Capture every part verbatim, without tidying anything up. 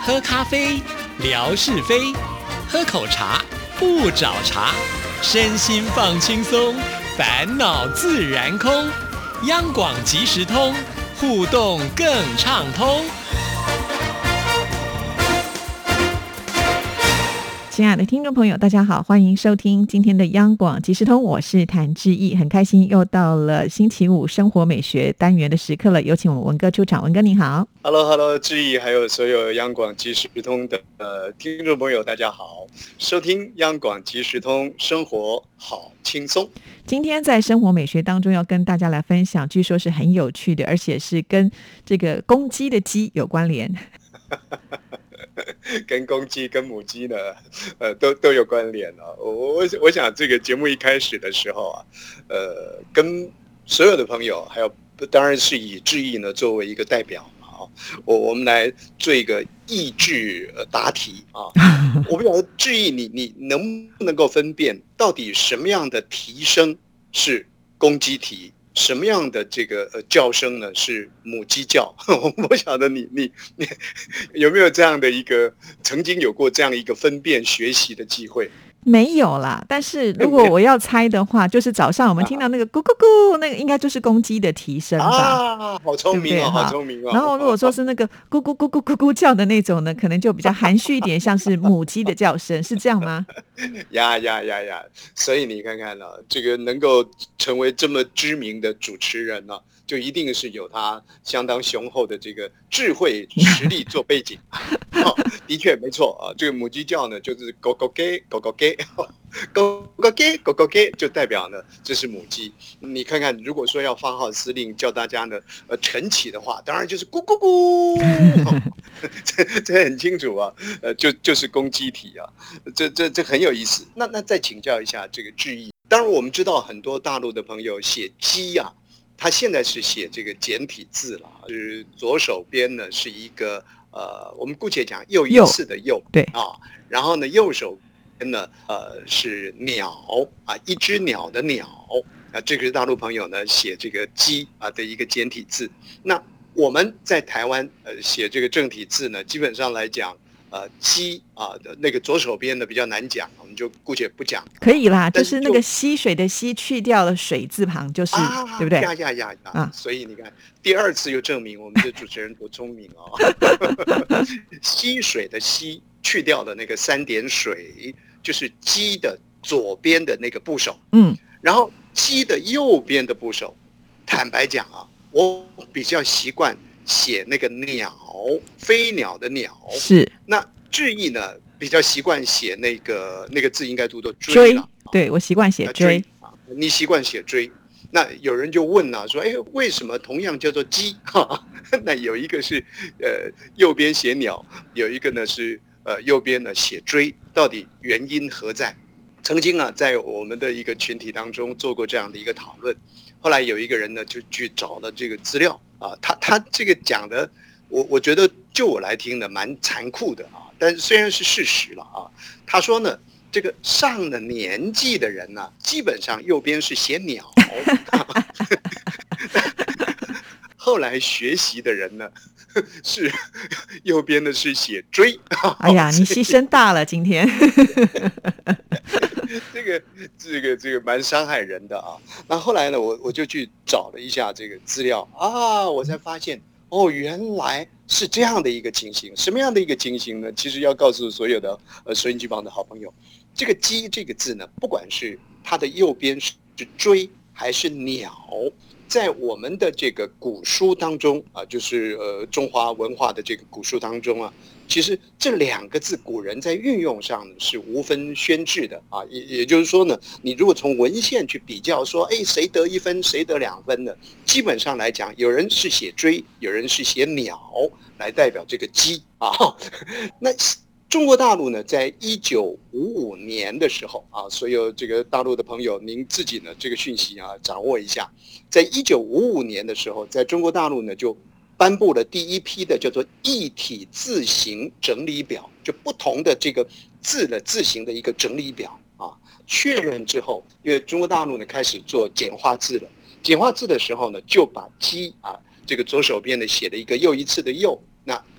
喝咖啡，聊是非；喝口茶，不找茬。身心放轻松，烦恼自然空。央广即时通，互动更畅通。 亲爱的听众朋友，大家好，欢迎收听今天的央广即时通，我是谭志毅，很开心又到了星期五生活美学单元的时刻了，有请我们文哥出场。文哥你好。 Hello Hello， 志毅还有所有央广即时通的呃听众朋友大家好，收听央广即时通，生活好轻松。 今天在生活美学当中要跟大家来分享，据说是很有趣的，而且是跟这个公鸡的鸡有关联。 跟公鸡跟母鸡呢，呃，都都有关联啊。我我我想这个节目一开始的时候啊，呃，跟所有的朋友，还有当然是以志毅呢作为一个代表啊，我我们来做一个益智答题啊。我不晓得志毅你你能不能够分辨到底什么样的啼声是公鸡啼？什么样的这个呃叫声呢？是母鸡叫？我不晓得你你你有没有这样的一个曾经有过这样一个分辨学习的机会？ 没有啦，但是如果我要猜的话，就是早上我们听到那个咕咕咕，那个应该就是公鸡的啼声吧？ 啊，好聪明哦，好聪明哦。 然后如果说是那个咕咕咕咕咕咕叫的那种呢，可能就比较含蓄一点，像是母鸡的叫声，是这样吗？ 呀呀呀呀！所以你看看呢、啊，这个能够成为这么知名的主持人呢、啊，就一定是有他相当雄厚的这个智慧实力做背景。哦，的确没错啊，这个母鸡叫呢，就是咕咕给咕咕给咕咕给咕咕给，就代表呢这是母鸡。你看看，如果说要发号施令叫大家呢呃晨起的话，当然就是咕咕咕，哦、这这很清楚啊，呃就就是公鸡啼啊，这这这很有意思。那那再请教一下这个志毅，当然我们知道很多大陆的朋友写鸡啊。他现在是写这个简体字了，就是左手边呢是一个呃，我们姑且讲又一次的又， 对啊，然后呢右手边呢呃是鸟啊，一只鸟的鸟啊，这个是大陆朋友呢写这个鸡啊的一个简体字。那我们在台湾呃写这个正体字呢，基本上来讲。呃，鸡啊的那个左手边的比较难讲，我们就姑且不讲。 可以啦，就是那个溪水的溪去掉了水字旁，就是、啊、对不对？ 呀呀呀呀！啊、所以你看，第二次又证明我们的主持人多聪明哦。溪水的溪去掉了那个三点水，就是鸡的左边的那个部首。嗯，然后鸡的右边的部首，坦白讲啊，我比较习惯写那个鸟，飞鸟的鸟是。 那志毅呢比较习惯写那个那个字应该读作追了， 对，我习惯写追啊，你习惯写追。那有人就问了、啊，说，哎，为什么同样叫做鸡？那有一个是呃右边写鸟，有一个呢是呃右边呢写追，到底原因何在？曾经啊，在我们的一个群体当中做过这样的一个讨论。后来有一个人呢就去找了这个资料啊，他他这个讲的。我我觉得就我来听呢，蛮残酷的啊，但是虽然是事实了啊。他说呢，这个上了年纪的人呢、啊，基本上右边是写鸟，后来学习的人呢，是右边的是写追。 哎呀，你牺牲大了今天。 这个这个这个蛮伤害人的啊。那后来呢，我我就去找了一下这个资料啊，我才发现。哦，原来是这样的一个情形，什么样的一个情形呢？其实要告诉所有的呃收音机旁的好朋友，这个鸡这个字呢，不管是它的右边是追还是鸟，在我们的这个古书当中啊，就是呃中华文化的这个古书当中啊，其实这两个字古人在运用上是无分轩轾的啊，也也就是说呢，你如果从文献去比较说，哎，谁得一分，谁得两分呢？基本上来讲，有人是写追，有人是写鸟来代表这个鸡啊。那中国大陆呢，在一九五五年的时候啊，所有这个大陆的朋友，您自己呢这个讯息啊掌握一下，在一九五五年的时候，在中国大陆呢就颁布了第一批的叫做异体字形整理表，就不同的这个字的字形的一个整理表啊。确认之后，因为中国大陆呢开始做简化字了，简化字的时候呢，就把鸡啊这个左手边呢写了一个又一次的又，那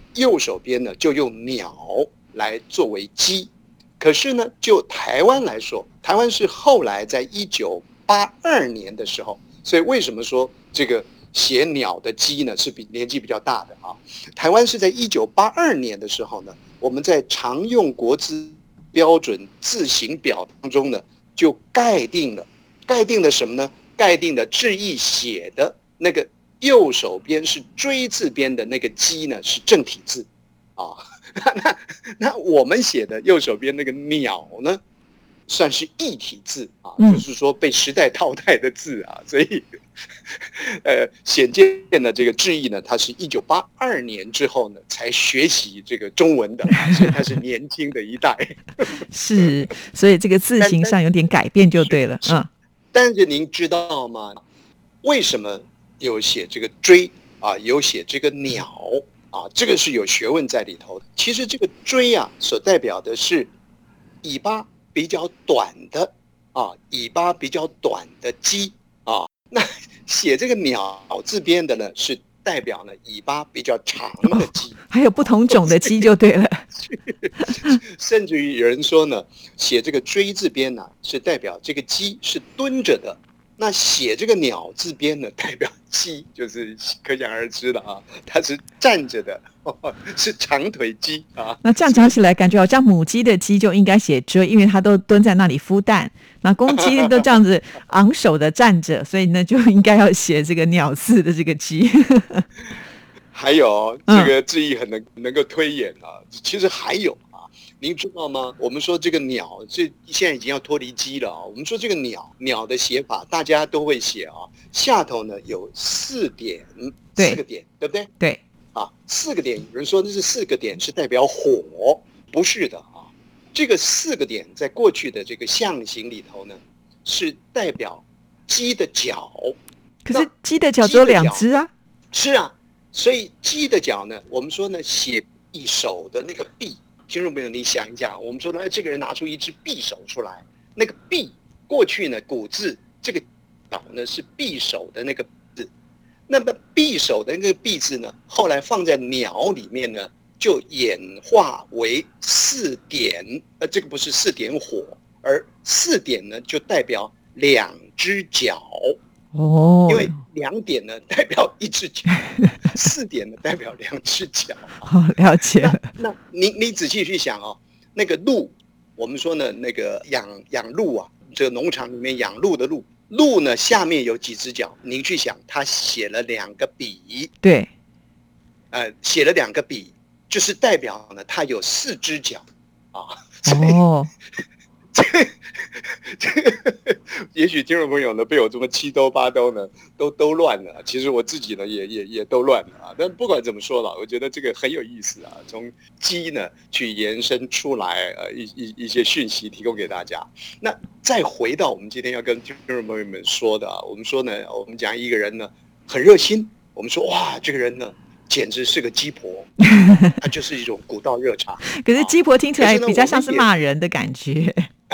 右手边呢就用鸟来作为鸡。可是呢，就台湾来说，台湾是后来在一九八二年的时候，所以为什么说这个写鸟的鸡呢是比年纪比较大的啊？台湾是在一九八二年的时候呢，我们在常用国字标准字形表当中呢，就盖定了，盖定了什么呢？盖定了志毅写的那个右手边是锥字边的那个鸡呢是正体字啊。那那我们写的右手边那个鸟呢，算是异体字啊， 嗯、 就是说被时代淘汰的字啊，所以，呃，显见的这个志毅呢，他是一九八二年之后呢才学习这个中文的，所以他是年轻的一代。 是，所以这个字形上有点改变就对了，嗯。 但是您知道吗？为什么有写这个锥啊，有写这个鸟？啊，这个是有学问在里头的。其实这个锥啊，所代表的是尾巴比较短的啊，尾巴比较短的鸡啊。那写这个鸟字边的呢，是代表呢尾巴比较长的鸡。哦， 还有不同种的鸡就对了。 甚至于有人说呢，写这个锥字边呢，是代表这个鸡是蹲着的。那写这个鸟字边呢，代表鸡，就是可想而知了啊，它是站着的，哦，是长腿鸡啊。 那这样讲起来，感觉好像母鸡的鸡就应该写锥，因为它都蹲在那里孵蛋。那公鸡都这样子昂首的站着，所以呢就应该要写这个鸟字的这个鸡。 还有这个志毅很能能够推演啊，其实还有。您知道吗？我们说这个鸟，这现在已经要脱离鸡了啊。我们说这个鸟，鸟的写法大家都会写啊。下头呢有四点，四个点，对不对？ 对。 啊，四个点，有人说那是四个点是代表火，不是的啊。这个四个点在过去的这个象形里头呢，是代表鸡的脚。 可是鸡的脚只有两只啊。 是啊，所以鸡的脚呢，我们说呢，写匕首的那个匕。听众朋友，你想一想，我们说呢，这个人拿出一只匕首出来，那个匕过去呢，古字这个脚呢是匕首的那个字，那么匕首的那个匕字呢，后来放在鸟里面呢，就演化为四点，呃，这个不是四点火，而四点呢就代表两只脚。哦，因为两点呢代表一只脚，四点呢代表两只脚。 哦，了解了。 那你你仔细去想哦，那个鹿，我们说呢，那个养养鹿啊，这个农场里面养鹿的鹿，鹿呢下面有几只脚？您去想，它写了两个笔， 对， 呃，写了两个笔，就是代表呢它有四只脚啊。 哦。 这这，也许听众朋友呢被我这么七兜八兜呢，都都乱了。其实我自己呢也也也都乱了啊。但不管怎么说了，我觉得这个很有意思啊。从鸡呢去延伸出来呃一一一些讯息提供给大家。那再回到我们今天要跟听众朋友们说的啊，我们说呢，我们讲一个人呢很热心，我们说哇这个人呢简直是个鸡婆，他就是一种古道热茶。 可是鸡婆听起来比较像是骂人的感觉。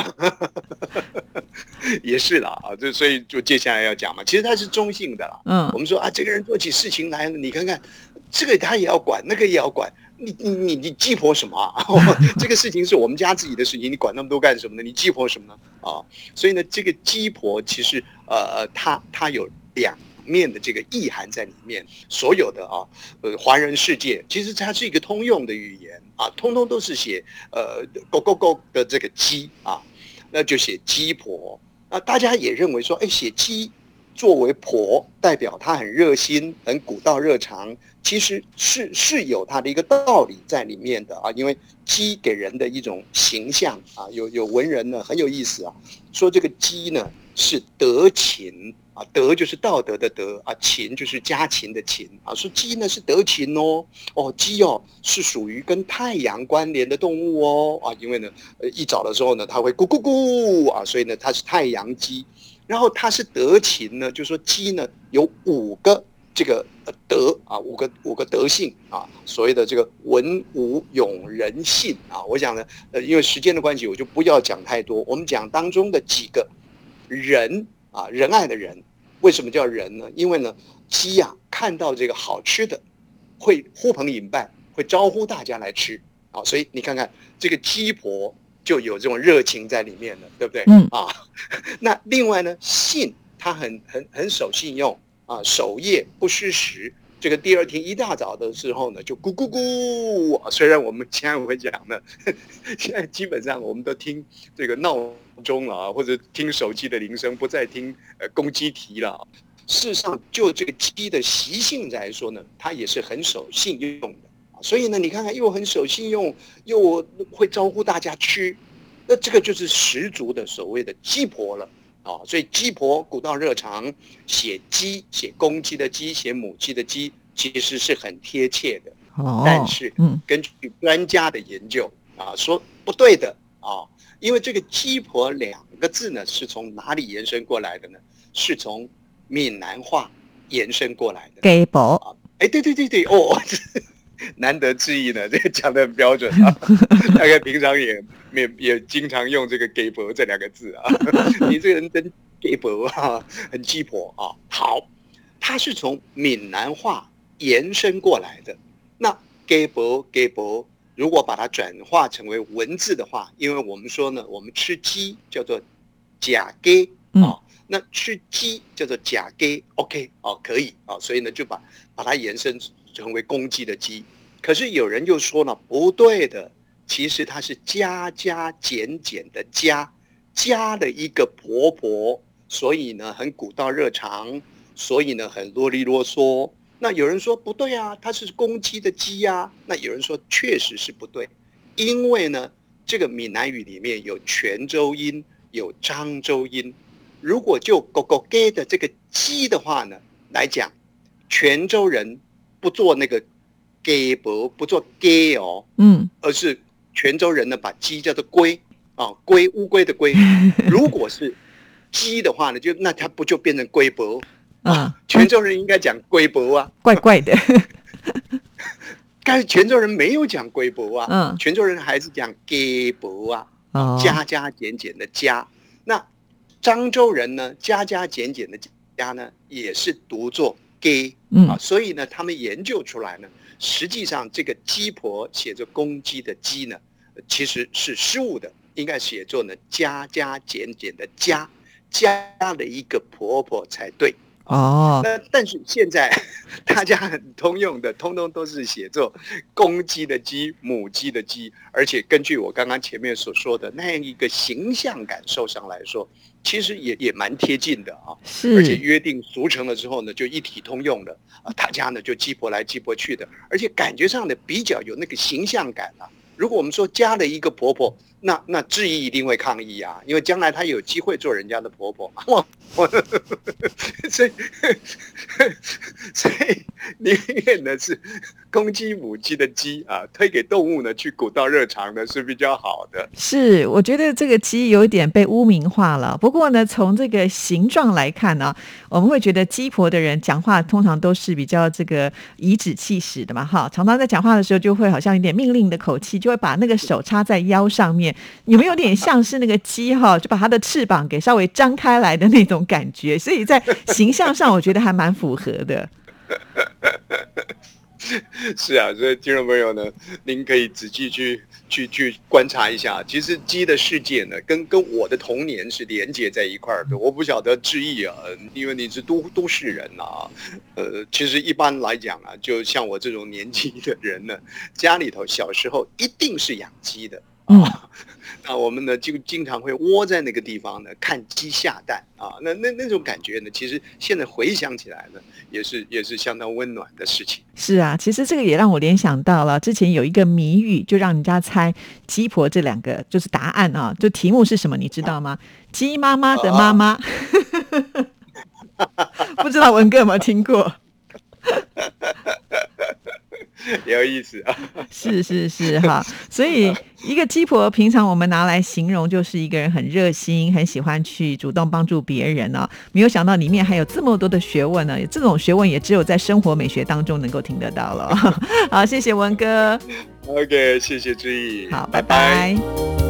也是啦啊，这所以就接下来要讲嘛，其实它是中性的啦。嗯，我们说啊，这个人做起事情来了，你看看，这个他也要管，那个也要管，你你你你鸡婆什么啊？这个事情是我们家自己的事情，你管那么多干什么呢？你鸡婆什么呢？啊，所以呢，这个鸡婆其实呃，它它有两面的这个意涵在里面，所有的啊，呃，华人世界其实它是一个通用的语言啊，通通都是写呃“狗狗狗”的这个鸡啊，那就写鸡婆啊。大家也认为说，哎，写鸡作为婆，代表他很热心、很古道热肠，其实是是有它的一个道理在里面的啊。因为鸡给人的一种形象啊，有有文人呢很有意思啊，说这个鸡呢是德勤。啊，德就是道德的德啊，勤就是家禽的勤啊。说鸡呢是德勤哦，哦，鸡哦是属于跟太阳关联的动物哦啊，因为呢，呃，一早的时候呢，它会咕咕咕啊，所以呢，它是太阳鸡。然后它是德勤呢，就是说鸡呢有五个这个德啊，五个五个德性啊，所谓的这个文武勇仁信啊。我想呢，呃，因为时间的关系，我就不要讲太多，我们讲当中的几个仁。啊，仁爱的仁，为什么叫仁呢？因为呢，鸡呀、啊、看到这个好吃的，会呼朋引伴， 会招呼大家来吃啊。所以你看看这个鸡婆就有这种热情在里面了，对不对？ 嗯啊，那另外呢，信他很很很守信用啊，守夜不失时。这个第二天一大早的时候呢，就咕咕咕。虽然我们现在会讲呢，现在基本上我们都听这个闹钟了啊，或者听手机的铃声，不再听呃公鸡啼了啊。事实上，就这个鸡的习性来说呢，它也是很守信用的。所以呢，你看看又很守信用，又会招呼大家吃，那这个就是十足的所谓的鸡婆了。啊，所以鸡婆古道热肠写鸡，写公鸡的鸡，写母鸡的鸡，其实是很贴切的。 哦， 但是，嗯，根据专家的研究啊，说不对的啊，因为这个鸡婆两个字呢，是从哪里延伸过来的呢？是从闽南话延伸过来的。 鸡婆啊，哎，对对对对，哦。难得之意呢，这个讲得很标准啊。大概平常也也也经常用这个“鸡婆”这两个字啊。你这个人真鸡婆啊，很鸡婆啊。好，它是从闽南话延伸过来的。那“鸡婆”“鸡婆”如果把它转化成为文字的话，因为我们说呢，我们吃鸡叫做“假鸡”啊，那吃鸡叫做“假鸡 ”，OK 哦，可以啊，所以呢就把把它延伸成为公鸡的鸡。可是有人又说了，不对的，其实它是加加减减的加，加了一个婆婆，所以呢很古道热肠，所以呢很啰里啰嗦。那有人说不对啊，它是公鸡的鸡啊。那有人说确实是不对，因为呢这个闽南语里面有泉州音，有漳州音。如果就狗狗给的这个鸡的话呢来讲，泉州人不做那个鸡婆，不做鸡哦，嗯，而是泉州人呢把鸡叫做龟啊，龟乌龟的龟。如果是鸡的话呢，就那它不就变成龟婆啊？泉州人应该讲龟婆啊， 怪怪的。 但是泉州人没有讲龟婆啊，嗯，泉州人还是讲鸡婆啊，哦，加加减减的加。那漳州人呢，加加减减的加呢，也是读作鸡啊，所以呢，他们研究出来呢。实际上，这个鸡婆写着公鸡的鸡呢，其实是失误的，应该写作呢加加减减的加，加了一个婆婆才对。哦，那但是现在大家很通用的，通通都是写作公鸡的鸡，母鸡的鸡，而且根据我刚刚前面所说的那样一个形象感受上来说，其实也也蛮贴近的啊。而且约定俗成了之后呢，就一体通用了啊，大家呢就鸡婆来鸡婆去的，而且感觉上的比较有那个形象感啊。如果我们说加了一个婆婆，那那志毅一定会抗议啊，因为将来她有机会做人家的婆婆嘛。哇，所以所以宁愿呢是公鸡母鸡的鸡啊，推给动物呢去古道热肠呢是比较好的。 是，我觉得这个鸡有一点被污名化了。不过呢，从这个形状来看呢，我们会觉得鸡婆的人讲话通常都是比较这个颐指气使的嘛，哈，常常在讲话的时候就会好像有点命令的口气，就会把那个手插在腰上面，有没有点像是那个鸡哈，就把它的翅膀给稍微张开来的那种感觉，所以在形象上我觉得还蛮符合的。 是啊，所以听众朋友呢，您可以仔细去去去观察一下，其实鸡的世界呢，跟跟我的童年是连接在一块的。我不晓得志毅啊，因为你是都都市人啊，呃，其实一般来讲啊，就像我这种年纪的人呢，家里头小时候一定是养鸡的。啊、嗯，那我们呢就经常会窝在那个地方呢看鸡下蛋啊，那那那种感觉呢，其实现在回想起来呢，也是也是相当温暖的事情。 是啊，其实这个也让我联想到了之前有一个谜语，就让人家猜鸡婆这两个就是答案啊，就题目是什么你知道吗？鸡妈妈的妈妈，不知道文哥有没有听过？ 有意思啊。 是是是哈，所以一个鸡婆平常我们拿来形容就是一个人很热心，很喜欢去主动帮助别人啊，没有想到里面还有这么多的学问呢，这种学问也只有在生活美学当中能够听得到了。好，谢谢文哥。 OK， 谢谢志毅， 好，拜拜。